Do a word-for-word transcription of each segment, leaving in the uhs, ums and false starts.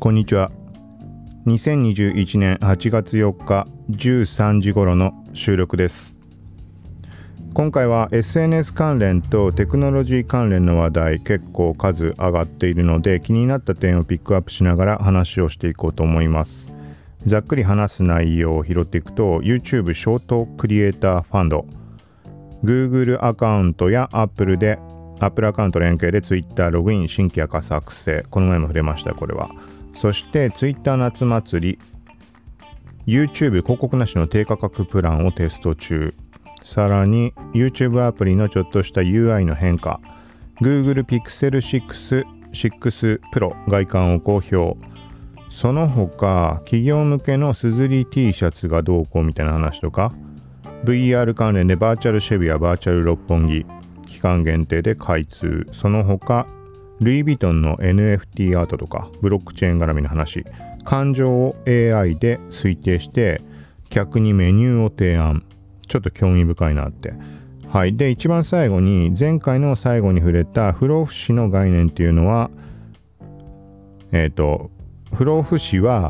こんにちは。にせんにじゅういちねんはちがつよっかじゅうさんじ頃の収録です。今回は エスエヌエス 関連とテクノロジー関連の話題結構数上がっているので、気になった点をピックアップしながら話をしていこうと思います。ざっくり話す内容を拾っていくと、 YouTube ショートクリエイターファンド、 Google アカウントや Apple で Apple アカウント連携で Twitter ログイン新規アカ作成、この前も触れました。これはそして Twitter 夏祭り、 YouTube 広告なしの低価格プランをテスト中、さらに YouTube アプリのちょっとした ユーアイ の変化、 Google Pixel シックス、シックス Pro 外観を公表、その他企業向けのすずり T シャツがどうこうみたいな話とか、 ブイアール 関連でバーチャルシェビやバーチャル六本木期間限定で開通、その他ルイ・ヴィトンの エヌエフティー アートとかブロックチェーン絡みの話、感情を エーアイ で推定して客にメニューを提案、ちょっと興味深いなって。はい。で、一番最後に前回の最後に触れた不老不死の概念っていうのは、えっと不老不死は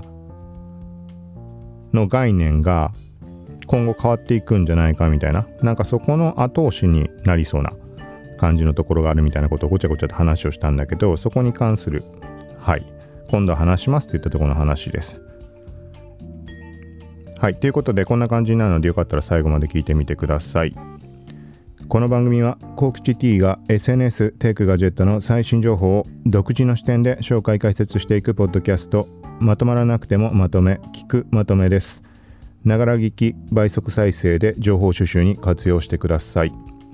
の概念が今後変わっていくんじゃないかみたいな、なんかそこの後押しになりそうな感じのところがあるみたいなことをごちゃごちゃと話をしたんだけど、そこに関する、はい、今度は話しますといったところの話です。はい、ということでこんな感じなので、よかったら最後まで聞いてみてください。この番組はコクチ T が エスエヌエス テックガジェットの最新情報を独自の視点で紹介解説していくポッドキャスト、まとまらなくてもまとめ、聞くまとめです。ながら聞き、倍速再生で情報収集に活用してください。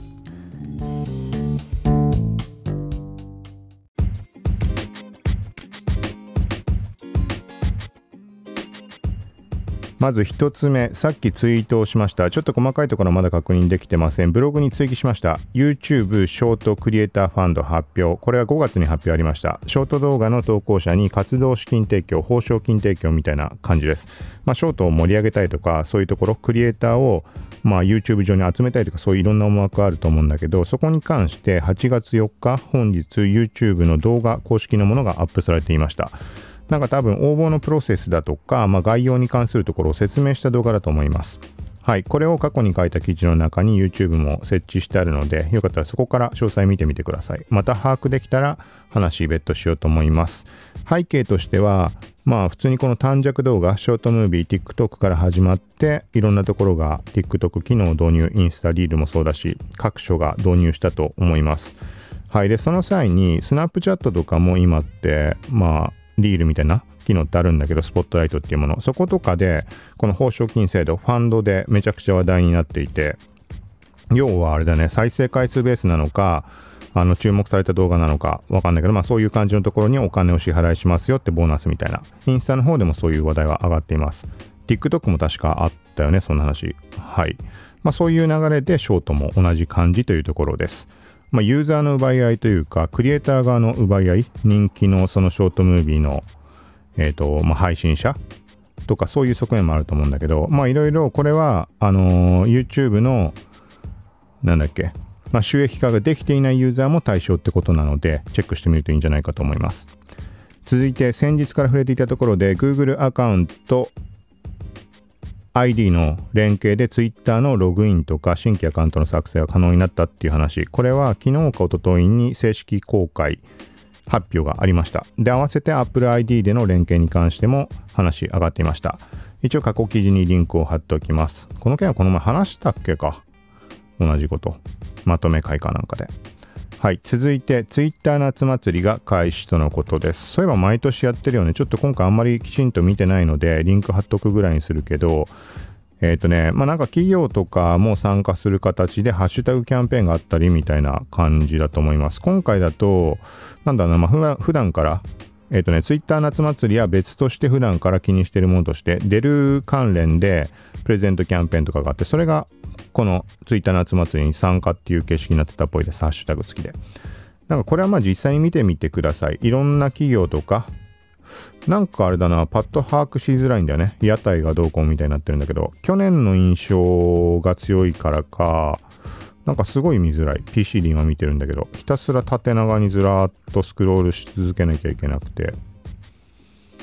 まず一つ目、さっきツイートをしました。ちょっと細かいところまだ確認できてません。ブログに追記しました。YouTube ショートクリエイターファンド発表。これはごがつに発表ありました。ショート動画の投稿者に活動資金提供、報奨金提供みたいな感じです。まあ、ショートを盛り上げたいとか、そういうところ、クリエイターをまあ YouTube 上に集めたいとか、そういういろんな思惑があると思うんだけど、そこに関してはちがつよっか、本日 YouTube の動画公式のものがアップされていました。なんか多分応募のプロセスだとか、まあ、概要に関するところを説明した動画だと思います。はい、これを過去に書いた記事の中に YouTube も設置してあるので、よかったらそこから詳細見てみてください。また把握できたら話別途しようと思います。背景としては、まあ普通にこの短尺動画、ショートムービー、TikTok から始まって、いろんなところが TikTok 機能導入、インスタリールもそうだし、各所が導入したと思います。はい、でその際にスナップチャットとかも今ってまあリールみたいな機能ってあるんだけど、スポットライトっていうもの、そことかでこの報奨金制度、ファンドでめちゃくちゃ話題になっていて、要はあれだね、再生回数ベースなのか、あの注目された動画なのかわかんないけど、まあそういう感じのところにお金を支払いしますよってボーナスみたいな、インスタの方でもそういう話題は上がっています。 TikTok も確かあったよね、そんな話。はい、まあそういう流れでショートも同じ感じというところです。まあ、ユーザーの奪い合いというか、クリエイター側の奪い合い、人気のそのショートムービーの、えーとまあ、配信者とか、そういう側面もあると思うんだけど、まあいろいろこれはあのー、YouTube のなんだっけ、まあ、収益化ができていないユーザーも対象ってことなので、チェックしてみるといいんじゃないかと思います。続いて先日から触れていたところで、 Google アカウントアイディー の連携で Twitter のログインとか新規アカウントの作成が可能になったっていう話、これは昨日か一昨日に正式公開発表がありました。で、合わせて Apple アイディー での連携に関しても話上がっていました。一応過去記事にリンクを貼っておきます。この件はこの前話したっけか、同じこと、まとめ会かなんかで。はい、続いて Twitter 夏祭りが開始とのことです。そういえば毎年やってるよね。ちょっと今回あんまりきちんと見てないのでリンク貼っとくぐらいにするけど、えっとね、まあなんか企業とかも参加する形でハッシュタグキャンペーンがあったりみたいな感じだと思います。今回だとなんだろうな、まあ普段、普段からえっとね、Twitter 夏祭りは別として普段から気にしているものとして、出る関連でプレゼントキャンペーンとかがあって、それがこの Twitter 夏祭りに参加っていう形式になってたっぽいです。ハッシュタグ付きで。なんかこれはまあ実際に見てみてください。いろんな企業とか、なんかあれだな、パッと把握しづらいんだよね。屋台がどうこうみたいになってるんだけど、去年の印象が強いからか、なんかすごい見づらい。ピーシー で今見てるんだけど、ひたすら縦長にずらーっとスクロールし続けなきゃいけなくて、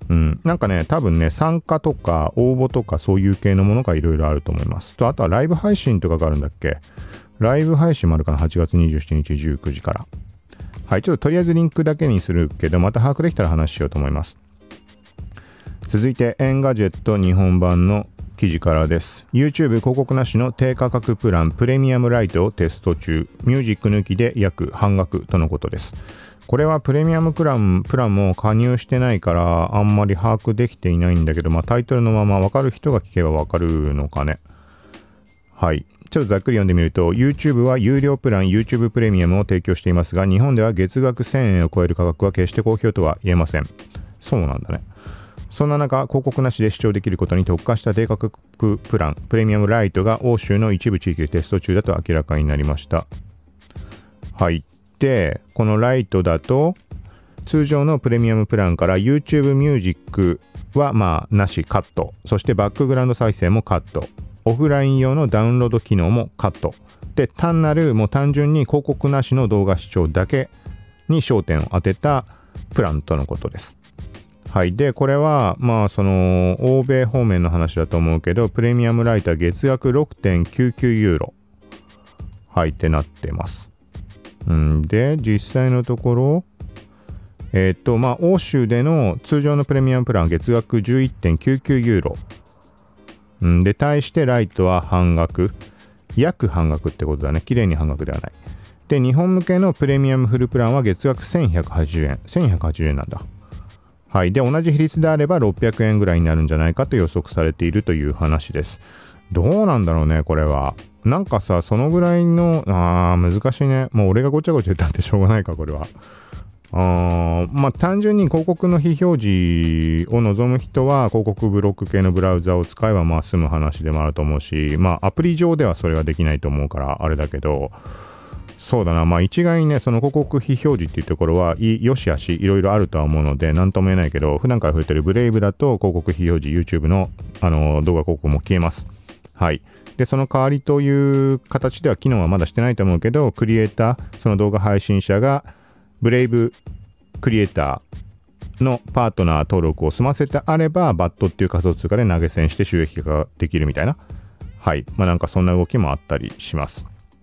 うん、なんかね、多分ね、参加とか応募とかそういう系のものがいろいろあると思います。と、あとはライブ配信とかがあるんだっけ？ライブ配信もあるかな？ はち 月にじゅうしちにちじゅうくじから。はい、ちょっととりあえずリンクだけにするけど、また把握できたら話しようと思います。続いて、エンガジェット日本版の記事からです。YouTube 広告なしの低価格プランプレミアムライトをテスト中。ミュージック抜きで約半額とのことです。これはプレミアムプラン、プランも加入してないからあんまり把握できていないんだけど、まあタイトルのままわかる人が聞けばわかるのかね。はい。ちょっとざっくり読んでみると、YouTube は有料プラン YouTube プレミアムを提供していますが、日本では月額せんえんを超える価格は決して好評とは言えません。そうなんだね。そんな中、広告なしで視聴できることに特化した低価格プラン、プレミアムライトが欧州の一部地域でテスト中だと明らかになりました。はい。で、このライトだと、通常のプレミアムプランから YouTube ミュージックはまあなしカット。そしてバックグラウンド再生もカット。オフライン用のダウンロード機能もカット。で、単なるもう単純に広告なしの動画視聴だけに焦点を当てたプランとのことです。はい。で、これは、まあ、その、欧米方面の話だと思うけど、プレミアムライター月額 ろくてんきゅうきゅう ユーロ。はい、ってなってます。うん、で、実際のところ、えっと、まあ、欧州での通常のプレミアムプランは月額 じゅういってんきゅうきゅう ユーロ。うん、で、対してライトは半額。約半額ってことだね。綺麗に半額ではない。で、日本向けのプレミアムフルプランは月額せんひゃくはちじゅうえん。せんひゃくはちじゅうえんなんだ。はい。で、同じ比率であればろっぴゃくえんぐらいになるんじゃないかと予測されているという話です。どうなんだろうね、これは。なんかさ、そのぐらいの、あー、難しいね。もう俺がごちゃごちゃ言ったってしょうがないか、これは。あー、まあ、単純に広告の非表示を望む人は、広告ブロック系のブラウザを使えば、まあ、済む話でもあると思うし、まあ、アプリ上ではそれはできないと思うから、あれだけど、そうだな、まあ一概にね、その広告非表示っていうところは、よしあし、いろいろあるとは思うので、なんとも言えないけど、普段から触れてるブレイブだと、広告非表示、YouTube の、あの動画広告も消えます。はい。で、その代わりという形では機能はまだしてないと思うけど、クリエイター、その動画配信者が、ブレイブクリエイターのパートナー登録を済ませてあれば、バットっていう仮想通貨で投げ銭して収益化ができるみたいな。はい。まあなんかそんな動きもあったりします。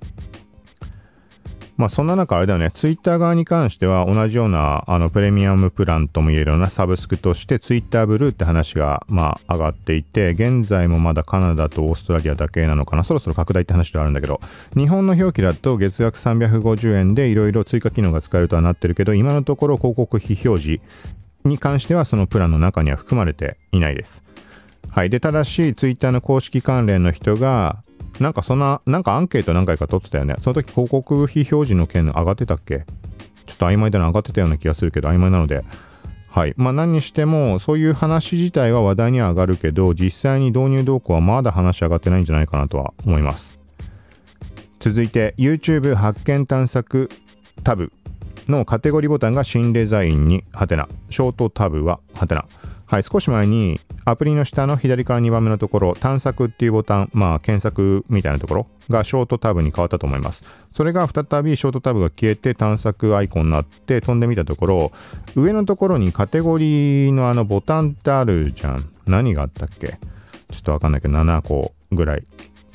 まあそんな中あれだよね、ツイッター側に関しては同じようなあのプレミアムプランとも言えるようなサブスクとしてツイッターブルーって話がまあ上がっていて、現在もまだカナダとオーストラリアだけなのかな、そろそろ拡大って話ではあるんだけど、日本の表記だと月額さんびゃくごじゅうえんでいろいろ追加機能が使えるとはなってるけど、今のところ広告非表示に関してはそのプランの中には含まれていないです。はい。で、ただしツイッターの公式関連の人がなんかそんな、なんかアンケート何回か取ってたよね。その時広告非表示の件上がってたっけ？ちょっと曖昧だな、上がってたような気がするけど曖昧なので。はい。まあ何にしても、そういう話自体は話題には上がるけど、実際に導入動向はまだ話上がってないんじゃないかなとは思います。続いて、YouTube 発見探索タブのカテゴリーボタンが新デザインにハテナ。ショートタブはハテナ。はい。少し前に、アプリの下の左からにばんめのところ、探索っていうボタン、まあ検索みたいなところがショートタブに変わったと思います。それが再びショートタブが消えて探索アイコンになって飛んでみたところ、上のところにカテゴリーのあのボタンってあるじゃん。何があったっけ？ちょっとわかんないけどななこぐらい。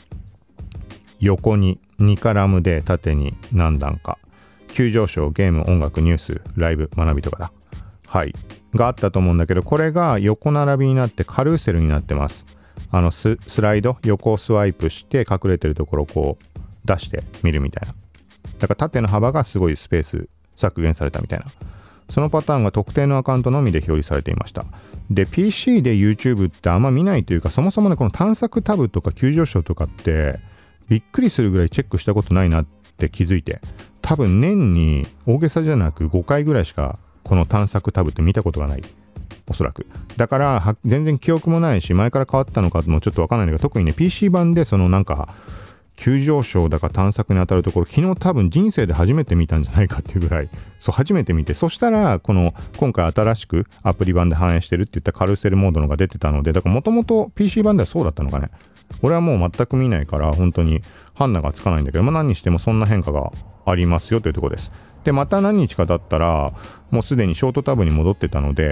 横ににカラムで縦に何段か。急上昇、ゲーム、音楽、ニュース、ライブ、学びとかだ。はい。があったと思うんだけど、これが横並びになってカルーセルになってます。あのス、スライド、横スワイプして隠れてるところをこう出してみるみたいな。だから縦の幅がすごいスペース削減されたみたいな。そのパターンが特定のアカウントのみで表示されていました。で、ピーシー で YouTube ってあんま見ないというか、そもそもね、この探索タブとか急上昇とかってびっくりするぐらいチェックしたことないなって気づいて、多分年に大げさじゃなくごかいぐらいしかこの探索タブって見たことがない。おそらく。だから、全然記憶もないし、前から変わったのかもちょっとわかんないんだけど、特にね、ピーシー 版でそのなんか、急上昇だか探索に当たるところ、昨日多分人生で初めて見たんじゃないかっていうぐらい、そう、初めて見て、そしたら、この、今回新しくアプリ版で反映してるって言ったカルーセルモードのが出てたので、だからもともと ピーシー 版ではそうだったのかね。俺はもう全く見ないから、本当に判断がつかないんだけど、まあ何にしてもそんな変化がありますよというところです。で、また何日か経ったら、もうすでにショートタブに戻ってたので、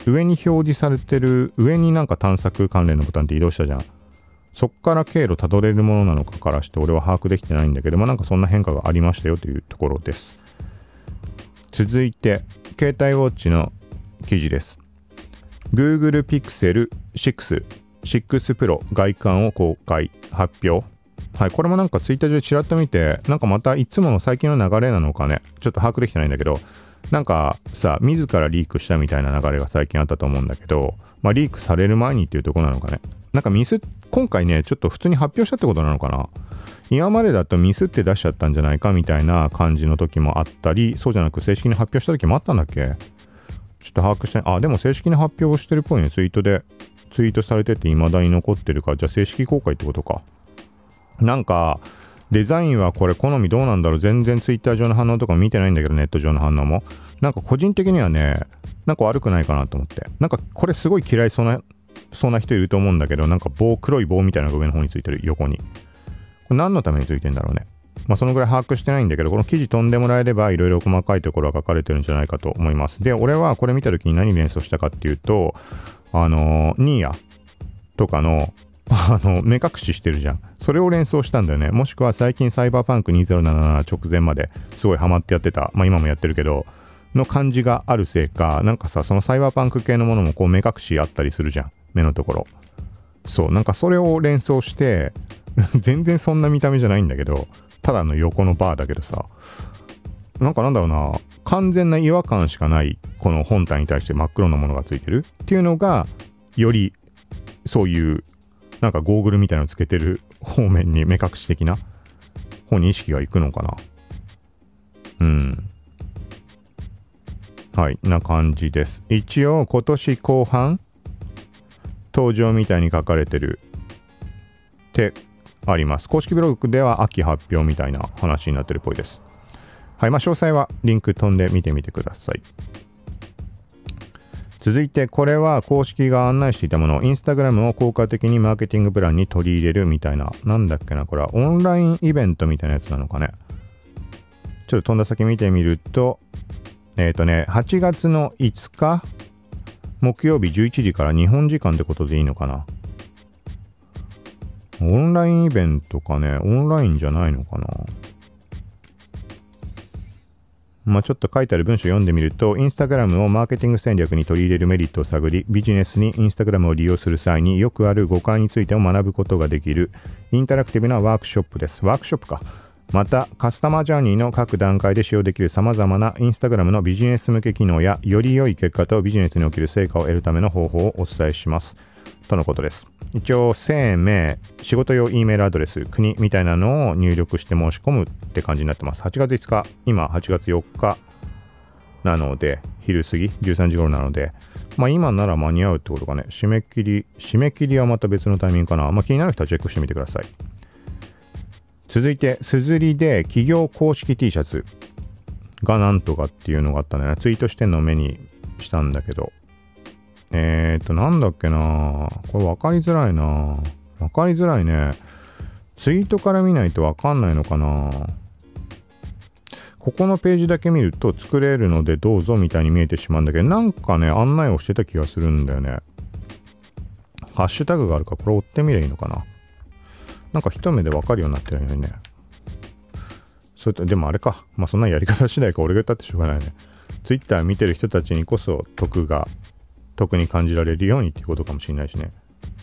上に表示されてる、上になんか探索関連のボタンって移動したじゃん。そっから経路たどれるものなのかからして俺は把握できてないんだけど、まあなんかそんな変化がありましたよというところです。続いて、携帯ウォッチの記事です。Google Pixel シックス、シックス Pro 外観を公開、発表。はい、これもなんかツイッター上でちらっと見て、なんかまたいつもの最近の流れなのかね、ちょっと把握できてないんだけど、なんかさ、自らリークしたみたいな流れが最近あったと思うんだけど、まあリークされる前にっていうところなのかね。なんかミス、今回ね、ちょっと普通に発表したってことなのかな。今までだとミスって出しちゃったんじゃないかみたいな感じの時もあったり、そうじゃなく正式に発表した時もあったんだっけ？ちょっと把握してない。あ、でも正式に発表してるっぽいね。ツイートで、ツイートされてて未だに残ってるから、じゃあ正式公開ってことか。なんか、デザインはこれ好みどうなんだろう。全然ツイッター上の反応とか見てないんだけど、ネット上の反応も。なんか個人的にはね、なんか悪くないかなと思って。なんかこれすごい嫌いそうな、そうな人いると思うんだけど、なんか棒、黒い棒みたいなのが上の方についてる、横に。これ何のためについてんだろうね。まあそのぐらい把握してないんだけど、この記事飛んでもらえればいろいろ細かいところは書かれてるんじゃないかと思います。で、俺はこれ見た時に何連想したかっていうと、あのー、ニーヤとかの、あの、目隠ししてるじゃん。それを連想したんだよね。もしくは最近サイバーパンクにせんななじゅうなな直前まですごいハマってやってた。まあ今もやってるけど、の感じがあるせいか、なんかさ、そのサイバーパンク系のものもこう目隠しあったりするじゃん。目のところ。そう、なんかそれを連想して、全然そんな見た目じゃないんだけど、ただの横のバーだけどさ、なんかなんだろうな、完全な違和感しかない、この本体に対して真っ黒なものがついてるっていうのが、より、そういう、なんかゴーグルみたいなのつけてる方面に目隠し的な方に意識がいくのかな。うん。はい、な感じです。一応今年後半登場みたいに書かれてるってあります。公式ブログでは秋発表みたいな話になってるっぽいです。はい、まあ詳細はリンク飛んで見てみてください。続いてこれは公式が案内していたもの、インスタグラムを効果的にマーケティングプランに取り入れるみたいな、なんだっけな、これはオンラインイベントみたいなやつなのかね。ちょっと飛んだ先見てみると、えっとね、はちがつのいつか木曜日じゅういちじから日本時間ってことでいいのかな。オンラインイベントかね、オンラインじゃないのかな。まあちょっと書いてある文章を読んでみると、インスタグラムをマーケティング戦略に取り入れるメリットを探り、ビジネスにインスタグラムを利用する際によくある誤解についても学ぶことができるインタラクティブなワークショップです。ワークショップか。また、カスタマージャーニーの各段階で使用できる様々なインスタグラムのビジネス向け機能や、より良い結果とビジネスにおける成果を得るための方法をお伝えします。とのことです。一応、姓名、仕事用 E メールアドレス、国みたいなのを入力して申し込むって感じになってます。はちがついつか、今はちがつよっかなので、昼過ぎ、じゅうさんじ頃なので、まあ今なら間に合うってことかね。締め切り、締め切りはまた別のタイミングかな。まあ気になる人はチェックしてみてください。続いて、すずりで企業公式 T シャツがなんとかっていうのがあったね。ツイートしてんのを目にしたんだけど、えーと、なんだっけな、これ分かりづらいな。分かりづらいね。ツイートから見ないと分かんないのかな。ここのページだけ見ると作れるのでどうぞみたいに見えてしまうんだけど、なんかね、案内をしてた気がするんだよね。ハッシュタグがあるから、これ追ってみればいいのかな。なんか一目で分かるようになってるよね。それと、でもあれか。まあそんなやり方次第か、俺が言ったってしょうがないね。ツイッター見てる人たちにこそ得が、得に感じられるようにっていうことかもしれないしね。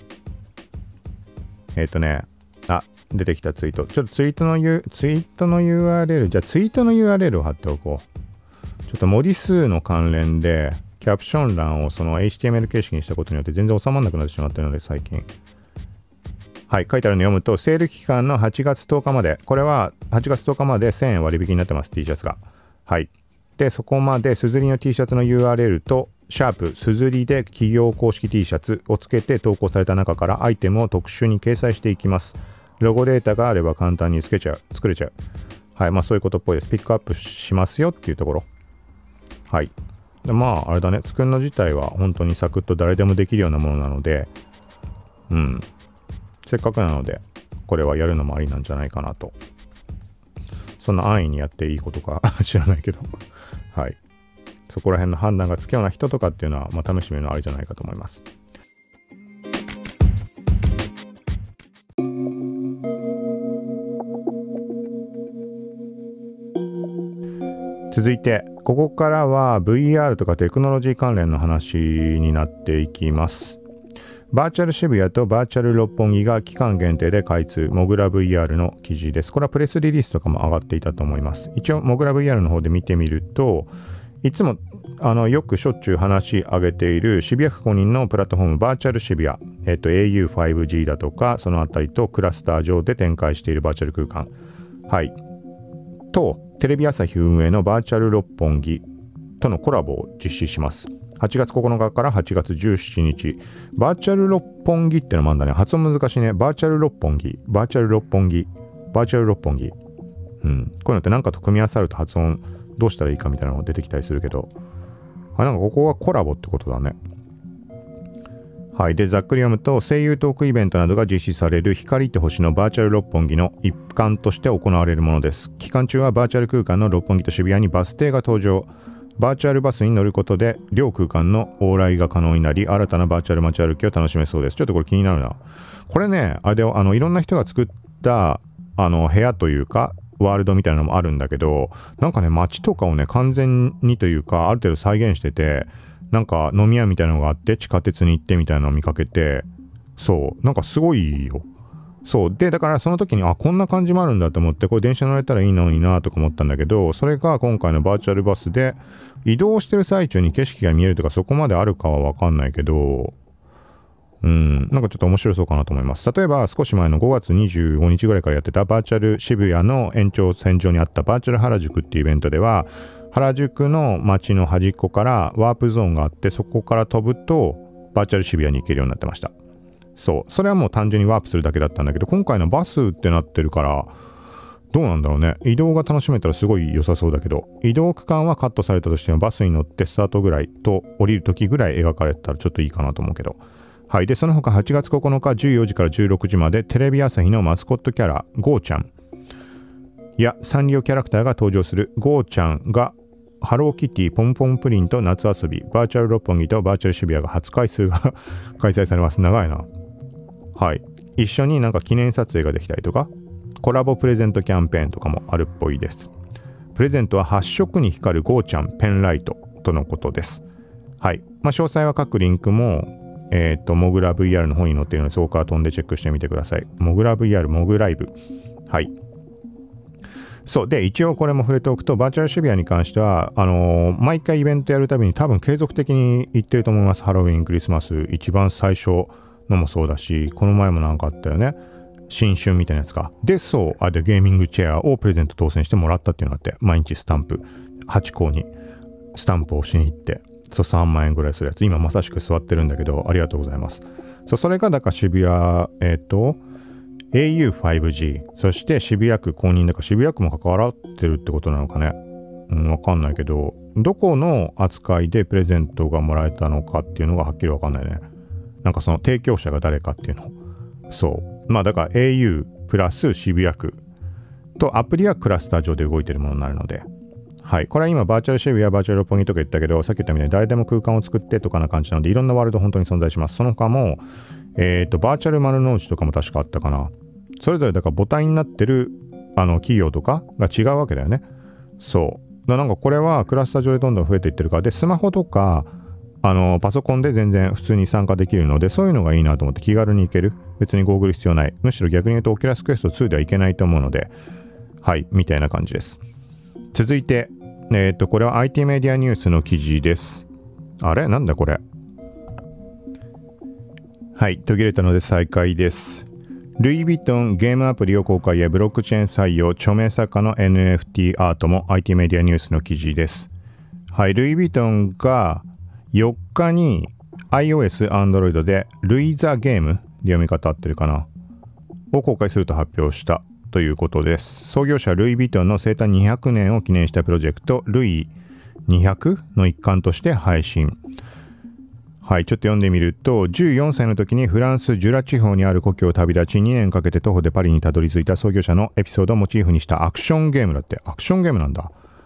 えっ、ー、とね、あ、出てきたツイート。ちょっとツイートの、U、ツイートの ユーアールエル、じゃあツイートの ユーアールエル を貼っておこう。ちょっと文字数の関連で、キャプション欄をその エイチティーエムエル 形式にしたことによって全然収まらなくなってしまっているので、最近。はい、書いてあるの読むと、セール期間のはちがつとおかまで、これははちがつとおかまでせんえん割引になってます、T シャツが。はい。で、そこまで、すずりの T シャツの ユーアールエル と、シャープすずりで企業公式 T シャツをつけて投稿された中からアイテムを特殊に掲載していきます。ロゴデータがあれば簡単につけちゃう、作れちゃう。はい、まあそういうことっぽいです。ピックアップしますよっていうところ。はい。でまあ、あれだね、作るの自体は本当にサクッと誰でもできるようなものなので、うん。せっかくなので、これはやるのもありなんじゃないかなと。そんな安易にやっていいことか知らないけど。はい。 そこら辺の判断がつくような人とかっていうのは、まあ、試してみるのはありじゃないかと思います。続いて、ここからは ブイアール とかテクノロジー関連の話になっていきます。バーチャル渋谷とバーチャル六本木が期間限定で開通、モグラ ブイアール の記事です。これはプレスリリースとかも上がっていたと思います。一応、モグラ ブイアール の方で見てみると、いつもあのよくしょっちゅう話し上げている渋谷区公認のプラットフォームバーチャル渋谷、えっと、エーユーファイブジー だとか、そのあたりとクラスター上で展開しているバーチャル空間。はい。と、テレビ朝日運営のバーチャル六本木とのコラボを実施します。はちがつここのかからはちがつじゅうしちにち。バーチャル六本木ってのもあんだね。発音難しいね。バーチャル六本木。バーチャル六本木。バーチャル六本木。うん。こういうのってなんかと組み合わさると発音どうしたらいいかみたいなのが出てきたりするけど。あ、なんかここはコラボってことだね。はい。で、ざっくり読むと、声優トークイベントなどが実施される光って星のバーチャル六本木の一環として行われるものです。期間中はバーチャル空間の六本木と渋谷にバス停が登場。バーチャルバスに乗ることで両空間の往来が可能になり、新たなバーチャル街歩きを楽しめそうです。ちょっとこれ気になるな。これね、あれであのいろんな人が作ったあの部屋というかワールドみたいなのもあるんだけど、なんかね、街とかをね完全にというかある程度再現してて、なんか飲み屋みたいなのがあって地下鉄に行ってみたいなのを見かけて、そうなんかすごいよ。そうで、だからその時にあこんな感じもあるんだと思って、これ電車乗れたらいいのになとか思ったんだけど、それが今回のバーチャルバスで移動してる最中に景色が見えるとかそこまであるかは分かんないけど、うんなんかちょっと面白そうかなと思います。例えば少し前のごがつにじゅうごにちぐらいからやってたバーチャル渋谷の延長線上にあったバーチャル原宿っていうイベントでは、原宿の街の端っこからワープゾーンがあって、そこから飛ぶとバーチャル渋谷に行けるようになってました。そう、それはもう単純にワープするだけだったんだけど、今回のバスってなってるからどうなんだろうね。移動が楽しめたらすごい良さそうだけど、移動区間はカットされたとしてもバスに乗ってスタートぐらいと降りる時ぐらい描かれたらちょっといいかなと思うけど。はい。でその他はちがつここのかじゅうよじからじゅうろくじまでテレビ朝日のマスコットキャラゴーちゃんやサンリオキャラクターが登場するゴーちゃんがハローキティポンポンプリンと夏遊びバーチャル六本木とバーチャル渋谷が初回数が開催されます。長いな。はい。一緒になんか記念撮影ができたりとか、コラボプレゼントキャンペーンとかもあるっぽいです。プレゼントははっ色に光るゴーちゃんペンライトとのことです。はい。まあ、詳細は各リンクも、えっと、モグラ ブイアール の方に載っているので、そこから飛んでチェックしてみてください。モグラ ブイアール、モグライブ。はい。そう。で、一応これも触れておくと、バーチャル渋谷に関しては、あのー、毎回イベントやるたびに多分継続的に行ってると思います。ハロウィン、クリスマス、一番最初のもそうだし、この前もなんかあったよね。新春みたいなやつか。で、そう、あれでゲーミングチェアをプレゼント当選してもらったっていうのがあって、毎日スタンプ、はちこうにスタンプをしに行って、そうさんまんえんぐらいするやつ、今まさしく座ってるんだけど、ありがとうございます。そう、それがだから渋谷、えっと、エーユーファイブジー、そして渋谷区公認だから渋谷区も関わってるってことなのかね。うん、わかんないけど、どこの扱いでプレゼントがもらえたのかっていうのがはっきりわかんないね。なんかその提供者が誰かっていうの。そう。まあだから エーユー プラス渋谷区とアプリはクラスター上で動いてるものになるので。はい。これは今バーチャル渋谷、バーチャル六本木とか言ったけど、さっき言ったみたいに誰でも空間を作ってとかな感じなので、いろんなワールド本当に存在します。その他も、えっと、バーチャル丸の内とかも確かあったかな。それぞれだから母体になってるあの企業とかが違うわけだよね。そう。だなんかこれはクラスター上でどんどん増えていってるから、で、スマホとか、あのパソコンで全然普通に参加できるので、そういうのがいいなと思って気軽に行ける。別にゴーグル必要ない。むしろ逆に言うとオキュラスクエストツーではいけないと思うので、はい、みたいな感じです。続いて、えっと、これは アイティー メディアニュースの記事です。あれなんだこれ。はい、途切れたので再開です。ルイ・ヴィトンゲームアプリを公開へブロックチェーン採用、著名作家の エヌエフティー アートも アイティー メディアニュースの記事です。はい、ルイ・ヴィトンがよっかに iOS、Android でルイ・ザ・ゲームで読み方合ってるかなを公開すると発表したということです。創業者ルイ・ヴィトンの生誕にひゃくねんを記念したプロジェクトルイにひゃくの一環として配信。はい、ちょっと読んでみると、じゅうよんさいの時にフランス・ジュラ地方にある故郷を旅立ちにねんかけて徒歩でパリにたどり着いた創業者のエピソードをモチーフにしたアクションゲームだって。アクションゲームなんだ。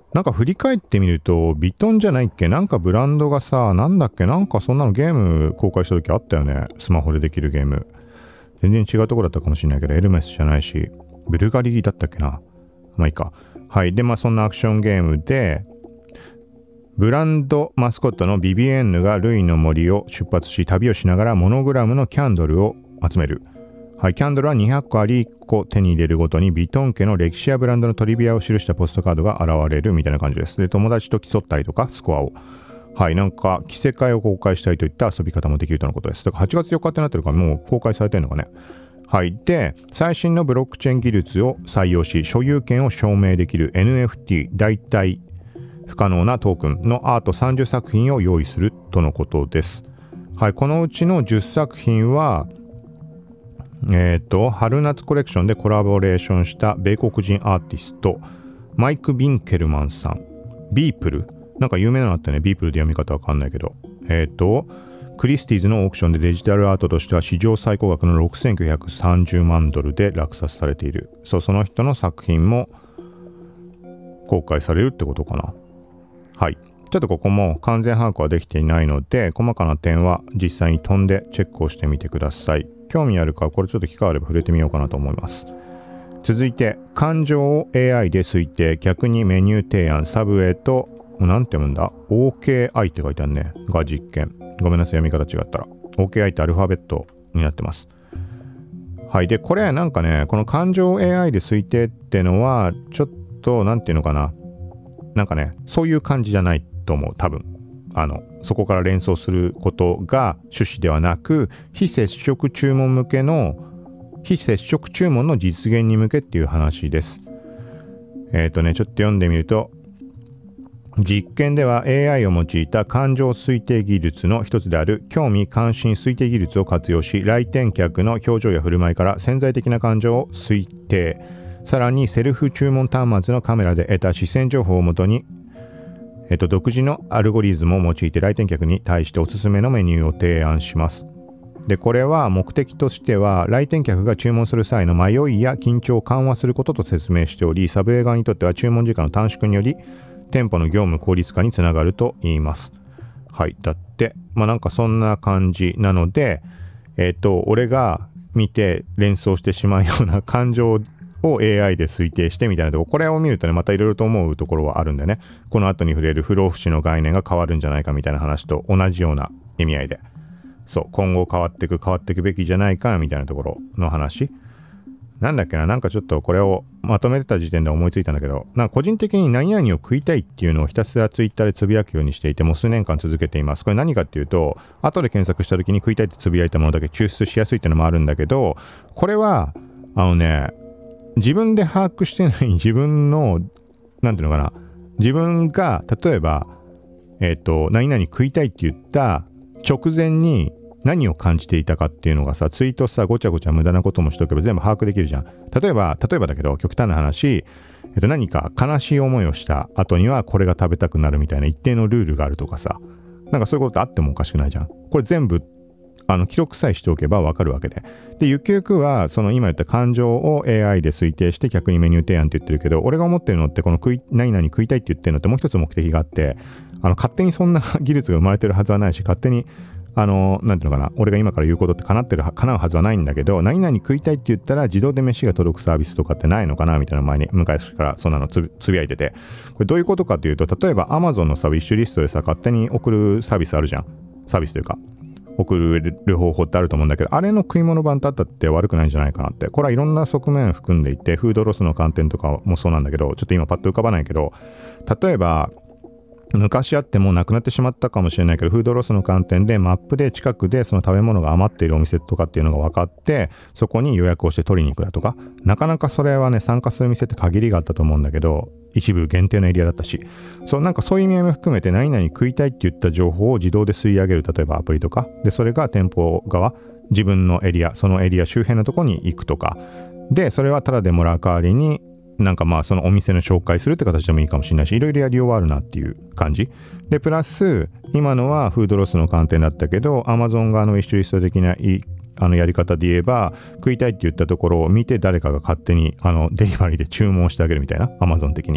なんか振り返ってみると、ビトンじゃないっけ、なんかブランドがさ、なんだっけ、なんかそんなのゲーム公開した時あったよね。スマホでできるゲーム。全然違うところだったかもしれないけど、エルメスじゃないし、ブルガリだったっけな。まあいいか。はい。で、まあそんなアクションゲームで、ブランドマスコットのビビエンヌがルイの森を出発し、旅をしながらモノグラムのキャンドルを集める。はい、キャンドルはにひゃっこあり、いっこ手に入れるごとにビトン家の歴史やブランドのトリビアを記したポストカードが現れるみたいな感じです。で、友達と競ったりとか、スコアを。はい、なんか、着せ替えを公開したいといった遊び方もできるとのことです。だからはちがつよっかってなってるから、もう公開されてるのかね。はい。で、最新のブロックチェーン技術を採用し、所有権を証明できる エヌエフティー 代替不可能なトークンのアートさんじゅっさく品を用意するとのことです。はい、このうちのじゅっさく品は、えっと、春夏コレクションでコラボレーションした米国人アーティスト、マイク・ビンケルマンさん、ビープル、なんか有名なのあったね、ビープルで読み方わかんないけど、えっと、クリスティーズのオークションでデジタルアートとしては史上最高額のろくせんきゅうひゃくさんじゅうまんドルで落札されている。そう、その人の作品も公開されるってことかな。はい。ちょっとここも完全把握はできていないので、細かな点は実際に飛んでチェックをしてみてください。興味あるか、これちょっと機会あれば触れてみようかなと思います。続いて、感情を エーアイ で推定、逆にメニュー提案、サブウェイと、なんて読むんだ ?オーケーアイ って書いてあるね。が実験。ごめんなさい、読み方違ったら。オーケーアイ ってアルファベットになってます。はい。で、これなんかね、この感情を エーアイ で推定ってのは、ちょっと、なんていうのかな。なんかね、そういう感じじゃないと思う、多分。あの、そこから連想することが趣旨ではなく、非接触注文向けの、非接触注文の実現に向けっていう話です。えっとね、ちょっと読んでみると、実験では エーアイ を用いた感情推定技術の一つである興味関心推定技術を活用し、来店客の表情や振る舞いから潜在的な感情を推定。さらにセルフ注文端末のカメラで得た視線情報をもとに、えっと、独自のアルゴリズムを用いて来店客に対しておすすめのメニューを提案します。で、これは目的としては、来店客が注文する際の迷いや緊張を緩和することと説明しており、サブウェイ側にとっては注文時間の短縮により、店舗の業務効率化につながると言います。はい。だって、まあなんかそんな感じなので、えっと、俺が見て連想してしまうような感情を エーアイ で推定してみたいなところ、これを見るとね、またいろいろと思うところはあるんだよね。この後に触れる不老不死の概念が変わるんじゃないかみたいな話と同じような意味合いで。そう、今後変わっていく、変わっていくべきじゃないかみたいなところの話。なんだっけな、なんかちょっとこれをまとめてた時点で思いついたんだけど、なんか個人的に何々を食いたいっていうのをひたすらツイッターでつぶやくようにしていて、もう数年間続けています。これ何かっていうと、後で検索した時に食いたいってつぶやいたものだけ抽出しやすいっていうのもあるんだけど、これは、あのね、自分で把握してない自分の、なんていうのかな、自分が、例えば、えっと、何々食いたいって言った直前に何を感じていたかっていうのがさ、ツイートさ、ごちゃごちゃ無駄なこともしておけば全部把握できるじゃん。例えば、例えばだけど、極端な話、えっと、何か悲しい思いをした後にはこれが食べたくなるみたいな一定のルールがあるとかさ、なんかそういうことってあってもおかしくないじゃん。これ全部、あの記録さえしておけばわかるわけで。で、ゆくゆくは、その今言った感情を エーアイ で推定して逆にメニュー提案って言ってるけど、俺が思ってるのって、この食い、何々食いたいって言ってるのってもう一つ目的があって、あの、勝手にそんな技術が生まれてるはずはないし、勝手に、あの、なんていうのかな、俺が今から言うことって叶ってる、叶うはずはないんだけど、何々食いたいって言ったら自動で飯が届くサービスとかってないのかなみたいな前に、昔からそんなのつぶ、つぶやいてて。これどういうことかというと、例えば Amazon のさ、ウィッシュリストでさ、勝手に送るサービスあるじゃん。サービスというか。送る方法ってあると思うんだけど、あれの食い物版だったって悪くないんじゃないかなって。これはいろんな側面を含んでいて、フードロスの観点とかもそうなんだけど、ちょっと今パッと浮かばないけど、例えば、昔あってもうなくなってしまったかもしれないけど、フードロスの観点でマップで近くでその食べ物が余っているお店とかっていうのが分かって、そこに予約をして取りに行くだとか、なかなかそれはね、参加する店って限りがあったと思うんだけど、一部限定のエリアだったし、そう、なんかそういう意味合いも含めて何々食いたいって言った情報を自動で吸い上げる、例えばアプリとか、で、それが店舗側、自分のエリア、そのエリア周辺のところに行くとか、で、それはタダでもらう代わりに、なんかまあそのお店の紹介するって形でもいいかもしれないし、いろいろやりようはあるなっていう感じで、プラス今のはフードロスの観点だったけど、 Amazon 側のウィッシュリスト的ないあのやり方で言えば、食いたいって言ったところを見て誰かが勝手にあのデリバリーで注文してあげるみたいな、 Amazon 的にっ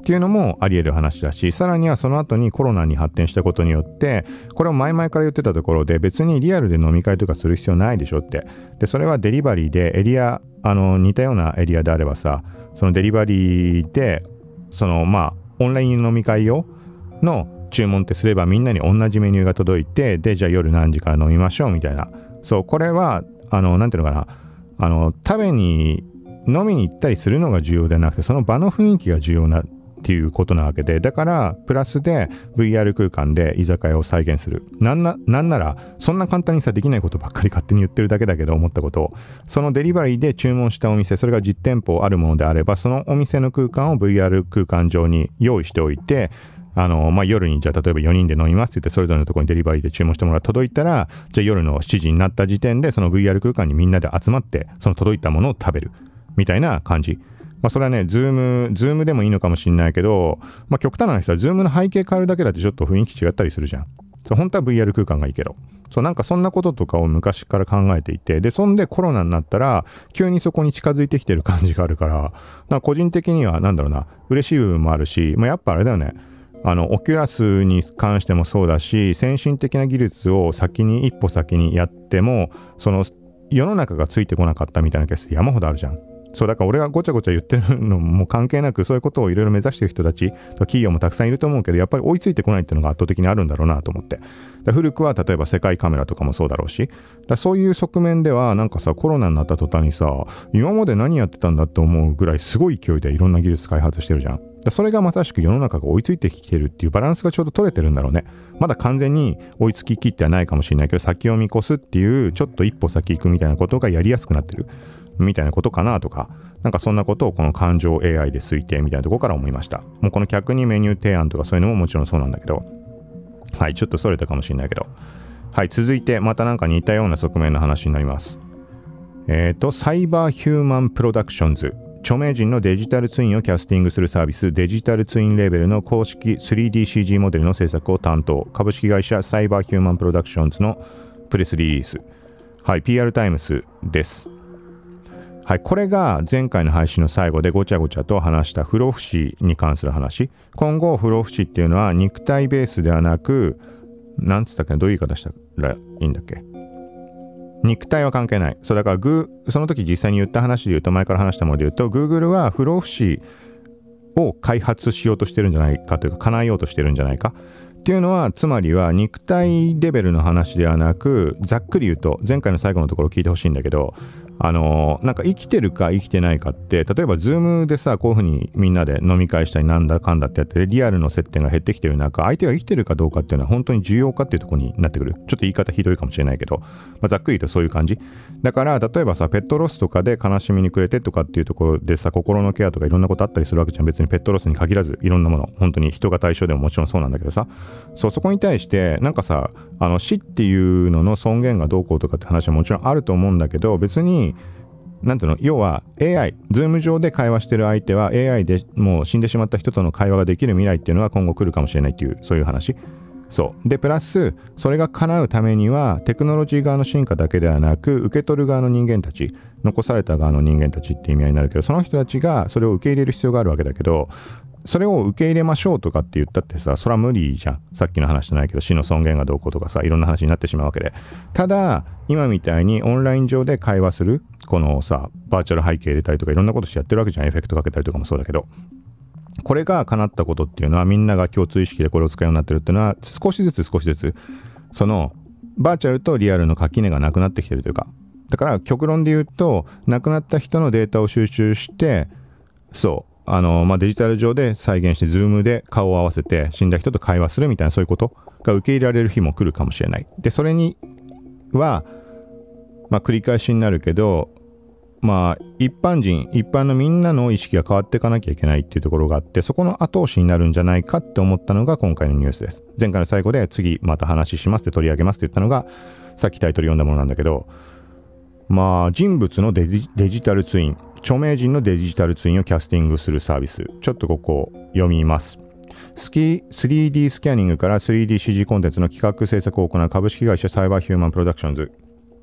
っていうのもあり得る話だし、さらにはその後にコロナに発展したことによって、これを前々から言ってたところで、別にリアルで飲み会とかする必要ないでしょって。で、それはデリバリーでエリア、あの似たようなエリアであればさ、そのデリバリーでそのまあオンライン飲み会用の注文ってすればみんなに同じメニューが届いて、でじゃあ夜何時から飲みましょうみたいな。そう、これはあのなんていうのかな、あの食べに飲みに行ったりするのが重要ではなくて、その場の雰囲気が重要なっていうことなわけで、だからプラスで ブイアール 空間で居酒屋を再現する。なんな、なんならそんな簡単にさできないことばっかり勝手に言ってるだけだけど、思ったことを、そのデリバリーで注文したお店、それが実店舗あるものであれば、そのお店の空間を ブイアール 空間上に用意しておいて、あのまあ、夜にじゃあ例えばよにんで飲みますって言って、それぞれのところにデリバリーで注文してもらう、届いたら、じゃあ夜のしちじになった時点でその ブイアール 空間にみんなで集まってその届いたものを食べるみたいな感じ。まあ、それはね、ズーム、ズームでもいいのかもしれないけど、まあ、極端な話さ、ズームの背景変わるだけだってちょっと雰囲気違ったりするじゃん。そう、本当は ブイアール 空間がいいけど。そう、なんかそんなこととかを昔から考えていて、で、そんでコロナになったら、急にそこに近づいてきてる感じがあるから、なんか個人的には、なんだろうな、嬉しい部分もあるし、まあ、やっぱあれだよね。あの、オキュラスに関してもそうだし、先進的な技術を先に、一歩先にやっても、その、世の中がついてこなかったみたいなケース山ほどあるじゃん。そうだから俺がごちゃごちゃ言ってるのも関係なく、そういうことをいろいろ目指してる人たち、企業もたくさんいると思うけど、やっぱり追いついてこないっていうのが圧倒的にあるんだろうなと思って。だ古くは例えば世界カメラとかもそうだろうし、だそういう側面ではなんかさ、コロナになった途端にさ、今まで何やってたんだって思うぐらいすごい勢いでいろんな技術開発してるじゃん。だそれがまさしく世の中が追いついてきてるっていうバランスがちょうど取れてるんだろうね。まだ完全に追いつききってはないかもしれないけど、先を見越すっていうちょっと一歩先行くみたいなことがやりやすくなってるみたいなことかなとか、なんかそんなことをこの感情 エーアイ で推定みたいなところから思いました。もうこの客にメニュー提案とかそういうのももちろんそうなんだけど、はい、ちょっとそれたかもしれないけど、はい、続いてまたなんか似たような側面の話になります。えっと、サイバーヒューマンプロダクションズ、著名人のデジタルツインをキャスティングするサービス、デジタルツインレーベルの公式 スリーディーシージー モデルの制作を担当、株式会社サイバーヒューマンプロダクションズのプレスリリース、はい、ピーアール タイムスです。はい、これが前回の配信の最後でごちゃごちゃと話した不老不死に関する話。今後不老不死っていうのは肉体ベースではなく、なんつったっけ、どういう言い方したらいいんだっけ。肉体は関係ない。そうだからグー、その時実際に言った話で言うと、前から話したもので言うと、Google は不老不死を開発しようとしてるんじゃないかというか、叶えようとしてるんじゃないかっていうのは、つまりは肉体レベルの話ではなく、ざっくり言うと、前回の最後のところ聞いてほしいんだけど、あのー、なんか生きてるか生きてないかって、例えばズームでさ、こういうふうにみんなで飲み会したりなんだかんだってやってリアルの接点が減ってきてる中、相手が生きてるかどうかっていうのは本当に重要かっていうところになってくる。ちょっと言い方ひどいかもしれないけど、まあ、ざっくり言うとそういう感じだから、例えばさ、ペットロスとかで悲しみに暮れてとかっていうところでさ、心のケアとかいろんなことあったりするわけじゃん。別にペットロスに限らずいろんなもの、本当に人が対象でももちろんそうなんだけどさ、そう、そこに対してなんかさ、あの死っていうのの尊厳がどうこうとかって話はもちろんあると思うんだけど、別になんていうの、要は エーアイ、ズーム上で会話してる相手は エーアイ でもう死んでしまった人との会話ができる未来っていうのは今後来るかもしれないっていう、そういう話。そうで、プラスそれが叶うためにはテクノロジー側の進化だけではなく、受け取る側の人間たち、残された側の人間たちって意味合いになるけど、その人たちがそれを受け入れる必要があるわけだけど、それを受け入れましょうとかって言ったってさ、それは無理じゃん。さっきの話じゃないけど、死の尊厳がどうこうとかさ、いろんな話になってしまうわけで。ただ今みたいにオンライン上で会話する、このさ、バーチャル背景入れたりとかいろんなことしてやってるわけじゃん。エフェクトかけたりとかもそうだけど、これが叶ったことっていうのは、みんなが共通意識でこれを使うようになってるっていうのは、少しずつ少しずつそのバーチャルとリアルの垣根がなくなってきてるというか、だから極論で言うと、亡くなった人のデータを収集して、そうあの、まあ、デジタル上で再現して、ズームで顔を合わせて死んだ人と会話するみたいな、そういうことが受け入れられる日も来るかもしれない。で、それには、まあ、繰り返しになるけど、まあ、一般人、一般のみんなの意識が変わっていかなきゃいけないっていうところがあって、そこの後押しになるんじゃないかって思ったのが今回のニュースです。前回の最後で次また話しますって取り上げますって言ったのが、さっきタイトル読んだものなんだけど、まあ、人物のデジ、デジタルツイン、著名人のデジタルツインをキャスティングするサービス。ちょっとここ読みます。スリーディー スキャニングから スリーディーシージー コンテンツの企画制作を行う株式会社サイバーヒューマンプロダクションズ。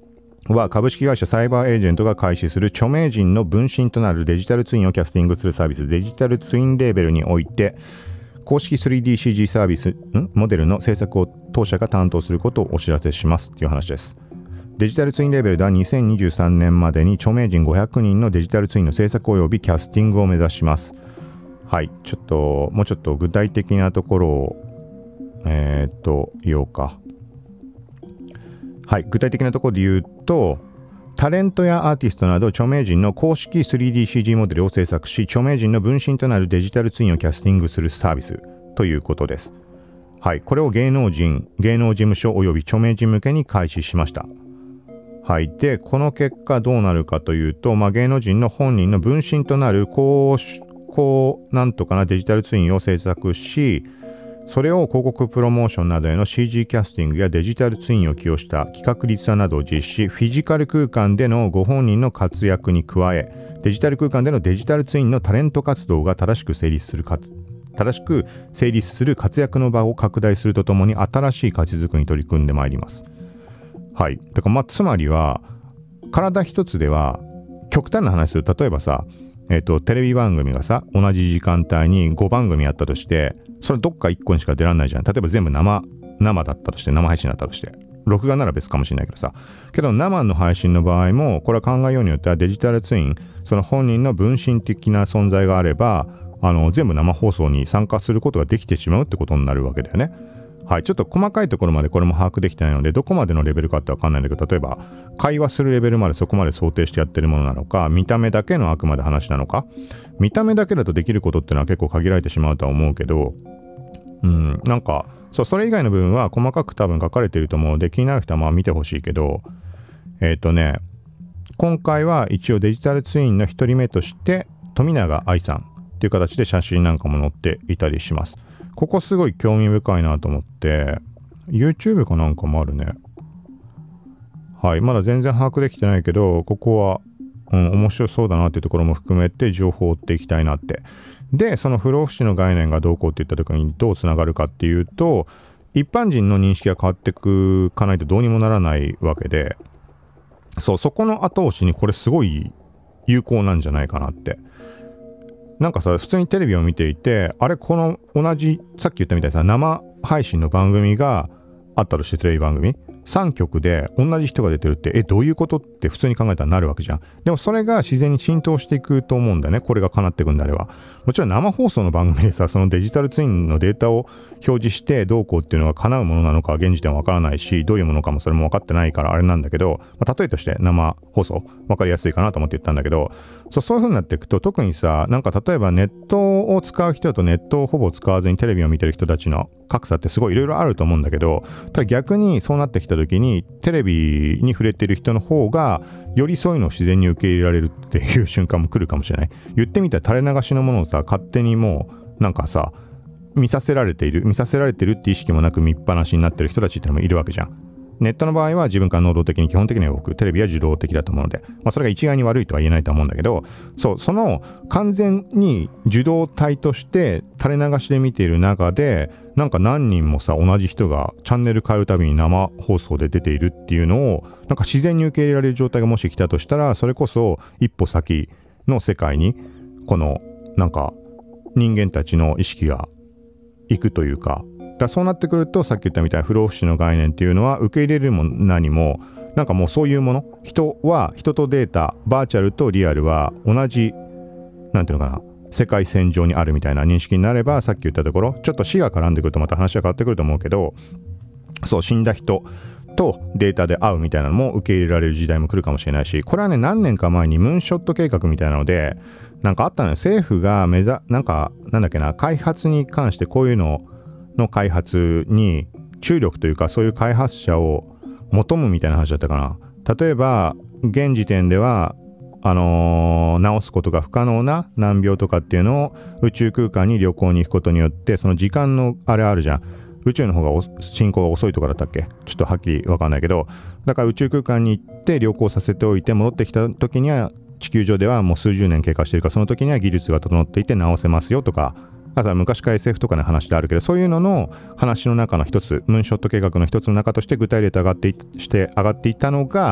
は株式会社サイバーエージェントが開始する著名人の分身となるデジタルツインをキャスティングするサービス、デジタルツインレーベルにおいて公式 スリーディーシージー サービスんモデルの制作を当社が担当することをお知らせしますという話です。デジタルツインレーベルではにせんにじゅうさんねんまでに著名人ごひゃくにんのデジタルツインの制作及びキャスティングを目指します。はい、ちょっともうちょっと具体的なところをえー、っと言おうか。はい、具体的なところで言うと、タレントやアーティストなど著名人の公式 スリーディーシージー モデルを制作し、著名人の分身となるデジタルツインをキャスティングするサービスということです。はい、これを芸能人、芸能事務所および著名人向けに開始しました。はい、で、この結果どうなるかというと、まあ、芸能人の本人の分身となるこう、こうなんとかなデジタルツインを制作し、それを広告プロモーションなどへの シージー キャスティングやデジタルツインを起用した企画立案などを実施、フィジカル空間でのご本人の活躍に加え、デジタル空間でのデジタルツインのタレント活動が正しく成立するか正しく成立する活躍の場を拡大するとともに新しい価値づくりに取り組んでまいります。はい。だからまあつまりは体一つでは極端な話すると、例えばさ、えっとテレビ番組がさ同じ時間帯にごばんぐみあったとして、それどっかいっこにしか出られないじゃん。例えば全部生生だったとして、生配信だったとして、録画なら別かもしれないけどさ、けど生の配信の場合もこれは考えようによってはデジタルツイン、その本人の分身的な存在があれば、あの全部生放送に参加することができてしまうってことになるわけだよね。はい、ちょっと細かいところまでこれも把握できてないので、どこまでのレベルかってわかんないんだけど、例えば会話するレベルまでそこまで想定してやってるものなのか、見た目だけのあくまで話なのか。見た目だけだとできることってのは結構限られてしまうとは思うけど、うん、なんかそう、それ以外の部分は細かく多分書かれていると思うので、気になる人はまあ見てほしいけど、えっとね今回は一応デジタルツインの一人目として富永愛さんっていう形で写真なんかも載っていたりします。ここすごい興味深いなと思って、 YouTube かなんかもあるね。はい、まだ全然把握できてないけど、ここは、うん、面白そうだなっていうところも含めて情報を追っていきたいなって。で、その不老不死の概念がどうこうっていった時にどうつながるかっていうと、一般人の認識が変わってくかないとどうにもならないわけで、そう、そこの後押しにこれすごい有効なんじゃないかなって。なんかさ、普通にテレビを見ていて、あれ、この同じさっき言ったみたいにさ、生配信の番組があったとして、テレビ番組さんきょくで同じ人が出てるって、えどういうことって普通に考えたらなるわけじゃん。でもそれが自然に浸透していくと思うんだよね、これが叶っていくんであれば。もちろん生放送の番組でさ、そのデジタルツインのデータを表示してどうこうっていうのが叶うものなのか現時点は分からないし、どういうものかもそれも分かってないからあれなんだけど、まあ、例えとして生放送分かりやすいかなと思って言ったんだけど、そう、そういう風になっていくと、特にさ、なんか例えばネットを使う人とネットをほぼ使わずにテレビを見てる人たちの格差ってすごいいろいろあると思うんだけど、ただ逆にそうなってきた時にテレビに触れてる人の方がよりそういうのを自然に受け入れられるっていう瞬間も来るかもしれない。言ってみたら垂れ流しのものをさ、勝手にもうなんかさ見させられている見させられてるって意識もなく見っぱなしになってる人たちってのもいるわけじゃん。ネットの場合は自分から能動的に基本的には動く、テレビは受動的だと思うので、まあ、それが一概に悪いとは言えないと思うんだけど、そう、その完全に受動体として垂れ流しで見ている中で、なんか何人もさ同じ人がチャンネル変えるたびに生放送で出ているっていうのをなんか自然に受け入れられる状態がもし来たとしたら、それこそ一歩先の世界にこのなんか人間たちの意識が行くというか、だそうなってくると、さっき言ったみたいな不老不死の概念っていうのは受け入れるも何もなんかもうそういうもの、人は人とデータ、バーチャルとリアルは同じなんていうのかな、世界線上にあるみたいな認識になれば、さっき言ったところちょっと死が絡んでくるとまた話が変わってくると思うけど、そう死んだ人とデータで会うみたいなのも受け入れられる時代も来るかもしれないし、これはね何年か前にムーンショット計画みたいなのでなんかあったのよ。政府が目ざなんかなんだっけな、開発に関してこういうのの開発に注力というか、そういう開発者を求むみたいな話だったかな。例えば現時点ではあのー、治すことが不可能な難病とかっていうのを宇宙空間に旅行に行くことによって、その時間のあれあるじゃん、宇宙の方が進行が遅いとかだったっけ、ちょっとはっきり分かんないけど、だから宇宙空間に行って旅行させておいて戻ってきた時には地球上ではもう数十年経過してるから、その時には技術が整っていて治せますよとか、だから昔から エスエフ とかの話であるけど、そういうのの話の中の一つ、ムーンショット計画の一つの中として具体例と上がっていして上がっていたのが、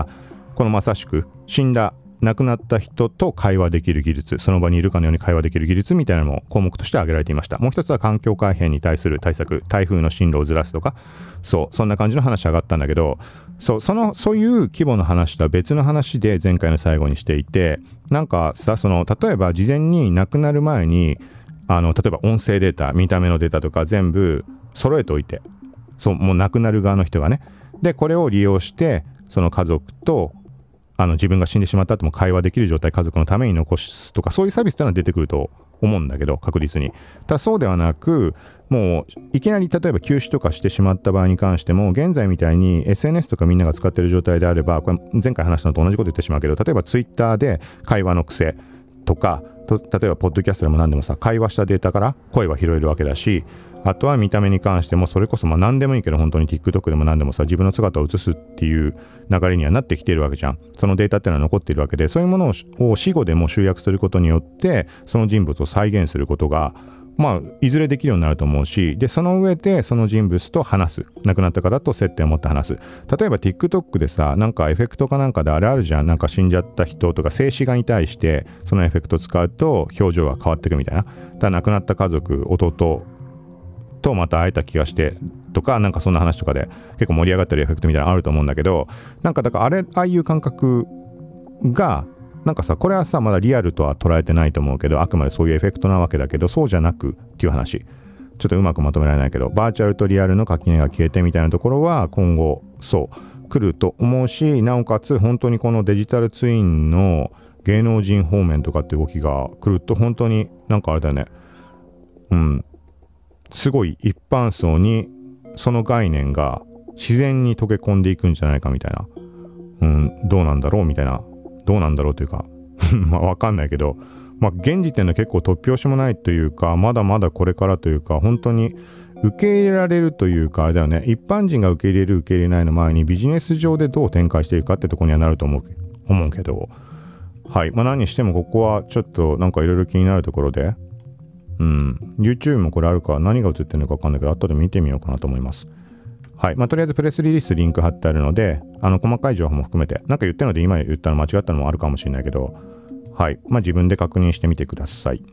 このまさしく死んだ亡くなった人と会話できる技術、その場にいるかのように会話できる技術みたいなのも項目として挙げられていました。もう一つは環境改変に対する対策、台風の進路をずらすとか、そうそんな感じの話上がったんだけど、そうそのそういう規模の話とは別の話で前回の最後にしていて、なんかさ、その例えば事前に亡くなる前にあの例えば音声データ、見た目のデータとか全部揃えておいて、そうもう亡くなる側の人がね、でこれを利用してその家族とあの自分が死んでしまった後も会話できる状態、家族のために残すとか、そういうサービスってのは出てくると思うんだけど、確実に。ただそうではなく、もういきなり例えば休止とかしてしまった場合に関しても、現在みたいに エスエヌエス とかみんなが使ってる状態であれば、これ前回話したのと同じこと言ってしまうけど、例えば Twitter で会話の癖とか、と例えばポッドキャストでも何でもさ、会話したデータから声は拾えるわけだし、あとは見た目に関しても、それこそまあ何でもいいけど、本当に TikTok でも何でもさ、自分の姿を映すっていう流れにはなってきているわけじゃん。そのデータっていうのは残っているわけで、そういうものを死後でも集約することによって、その人物を再現することが、まあ、いずれできるようになると思うし、で、その上でその人物と話す。亡くなった方と接点を持って話す。例えば TikTok でさ、なんかエフェクトかなんかであれあるじゃん。なんか死んじゃった人とか静止画に対して、そのエフェクト使うと表情が変わっていくみたいな。ただ亡くなった家族、弟、とまた会えた気がしてとか、なんかそんな話とかで結構盛り上がってるエフェクトみたいなのあると思うんだけど、なんかだからあれああいう感覚がなんかさ、これはさまだリアルとは捉えてないと思うけど、あくまでそういうエフェクトなわけだけど、そうじゃなくっていう話、ちょっとうまくまとめられないけど、バーチャルとリアルの垣根が消えてみたいなところは今後そう来ると思うし、なおかつ本当にこのデジタルツインの芸能人方面とかって動きが来ると、本当になんかあれだよね、うんすごい一般層にその概念が自然に溶け込んでいくんじゃないかみたいな、うん、どうなんだろうみたいな、どうなんだろうというかまあわかんないけど、まあ現時点で結構突拍子もないというか、まだまだこれからというか、本当に受け入れられるというか、あれだよね、一般人が受け入れる受け入れないの前にビジネス上でどう展開していくかってところにはなると思う思うけど、はい、まあ何にしてもここはちょっとなんかいろいろ気になるところで、うん、YouTube もこれあるか何が映ってるのか分かんないけど、後で見てみようかなと思います。はい、まあとりあえずプレスリリースリンク貼ってあるので、あの細かい情報も含めて、なんか言ったので今言ったの間違ったのもあるかもしれないけど、はい、まあ自分で確認してみてください。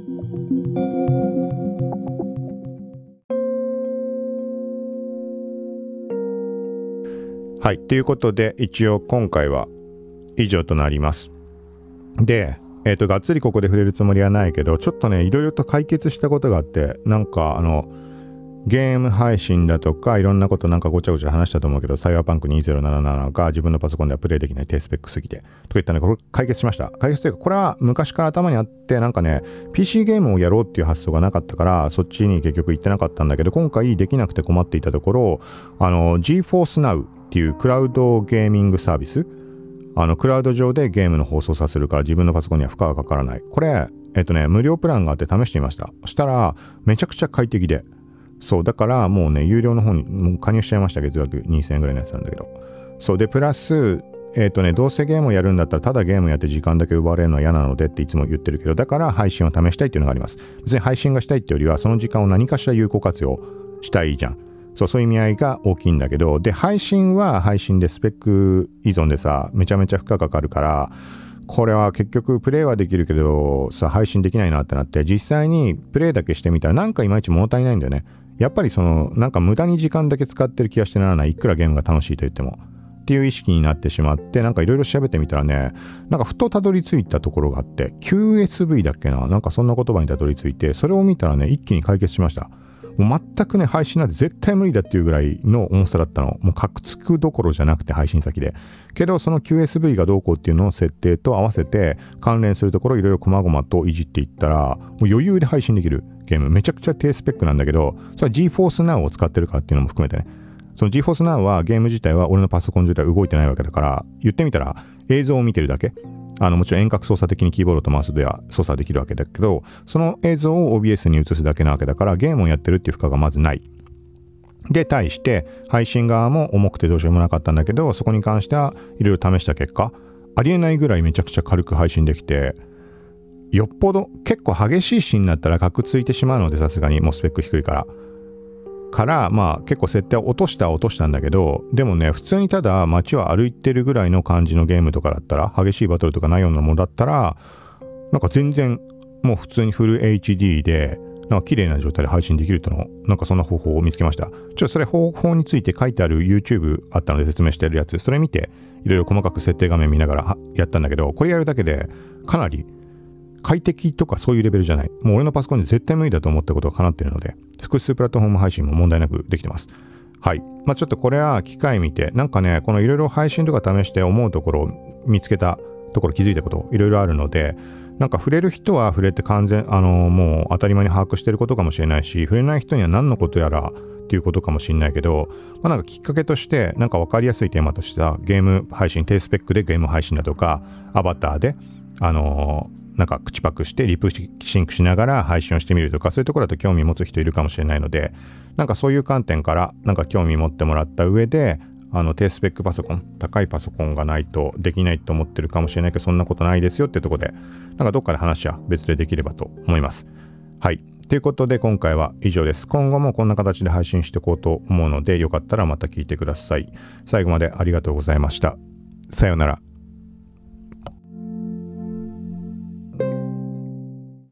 はい、ということで一応今回は以上となります。で、えっと、がっつりここで触れるつもりはないけど、ちょっとね、いろいろと解決したことがあって、なんかあの、ゲーム配信だとか、いろんなことなんかごちゃごちゃ話したと思うけど、サイバーパンクにせんななじゅうななが自分のパソコンではプレイできない低スペックすぎて、とか言ったので、これ解決しました。解決というか、これは昔から頭にあって、なんかね、ピーシー ゲームをやろうっていう発想がなかったから、そっちに結局行ってなかったんだけど、今回できなくて困っていたところ、あの、GeForce Now っていうクラウドゲーミングサービス、あのクラウド上でゲームの放送させるから自分のパソコンには負荷がかからない。これ、えっとね、無料プランがあって試してみました。そしたら、めちゃくちゃ快適で。そう、だからもうね、有料の方にもう加入しちゃいました、月額にせんえんぐらいのやつなんだけど。そう、で、プラス、えっとね、どうせゲームをやるんだったら、ただゲームやって時間だけ奪われるのは嫌なのでっていつも言ってるけど、だから配信を試したいっていうのがあります。別に配信がしたいってよりは、その時間を何かしら有効活用したいじゃん。そう、そういう意味合いが大きいんだけど、で、配信は配信でスペック依存でさ、めちゃめちゃ負荷かかるから、これは結局プレイはできるけどさ、配信できないなってなって、実際にプレイだけしてみたらなんかいまいち物足りないんだよね。やっぱりその、なんか無駄に時間だけ使ってる気がしてならない。いくらゲームが楽しいと言っても。っていう意識になってしまって、なんかいろいろ調べてみたらね、なんかふとたどり着いたところがあって、キューエスブイ だっけな、なんかそんな言葉にたどり着いて、それを見たらね、一気に解決しました。もう全くね、配信なんて絶対無理だっていうぐらいの重さだったの。もうカクつくどころじゃなくて配信先で。けど、その キューエスブイ がどうこうっていうのを設定と合わせて関連するところいろいろ細々といじっていったら、もう余裕で配信できるゲーム。めちゃくちゃ低スペックなんだけど、それは GeForce Now を使ってるかっていうのも含めてね。その GeForce Now はゲーム自体は俺のパソコン自体は動いてないわけだから、言ってみたら映像を見てるだけ。あのもちろん遠隔操作的にキーボードとマウスでは操作できるわけだけど、その映像を オービーエス に映すだけなわけだから、ゲームをやってるっていう負荷がまずない。で、対して配信側も重くてどうしようもなかったんだけど、そこに関してはいろいろ試した結果、ありえないぐらいめちゃくちゃ軽く配信できて、よっぽど結構激しいシーンになったらカクついてしまうので、さすがにもうスペック低いからからまあ結構設定を落としたは落としたんだけど、でもね普通にただ街を歩いてるぐらいの感じのゲームとかだったら、激しいバトルとかないようなものだったらなんか全然もう普通にフル エイチディー でなんか綺麗な状態で配信できるとの、なんかそんな方法を見つけました。ちょっとそれ方法について書いてある YouTube あったので説明してるやつ、それ見ていろいろ細かく設定画面見ながらやったんだけど、これやるだけでかなり快適とかそういうレベルじゃない、もう俺のパソコンに絶対無理だと思ったことが叶っているので、複数プラットフォーム配信も問題なくできてます。はい。まあちょっとこれは機械見て、なんかね、このいろいろ配信とか試して思うところを見つけたところ、気づいたこといろいろあるので、なんか触れる人は触れて完全、あのもう当たり前に把握してることかもしれないし、触れない人には何のことやらっていうことかもしれないけど、まあなんかきっかけとして、なんか分かりやすいテーマとしては、ゲーム配信、低スペックでゲーム配信だとか、アバターで、あのー、なんか口パクしてリプシンクしながら配信をしてみるとか、そういうところだと興味持つ人いるかもしれないので、なんかそういう観点からなんか興味持ってもらった上で、あの低スペックパソコン、高いパソコンがないとできないと思ってるかもしれないけど、そんなことないですよってところで、なんかどっかで話は別でできればと思います。はい。ということで今回は以上です。今後もこんな形で配信していこうと思うので、よかったらまた聞いてください。最後までありがとうございました。さようなら。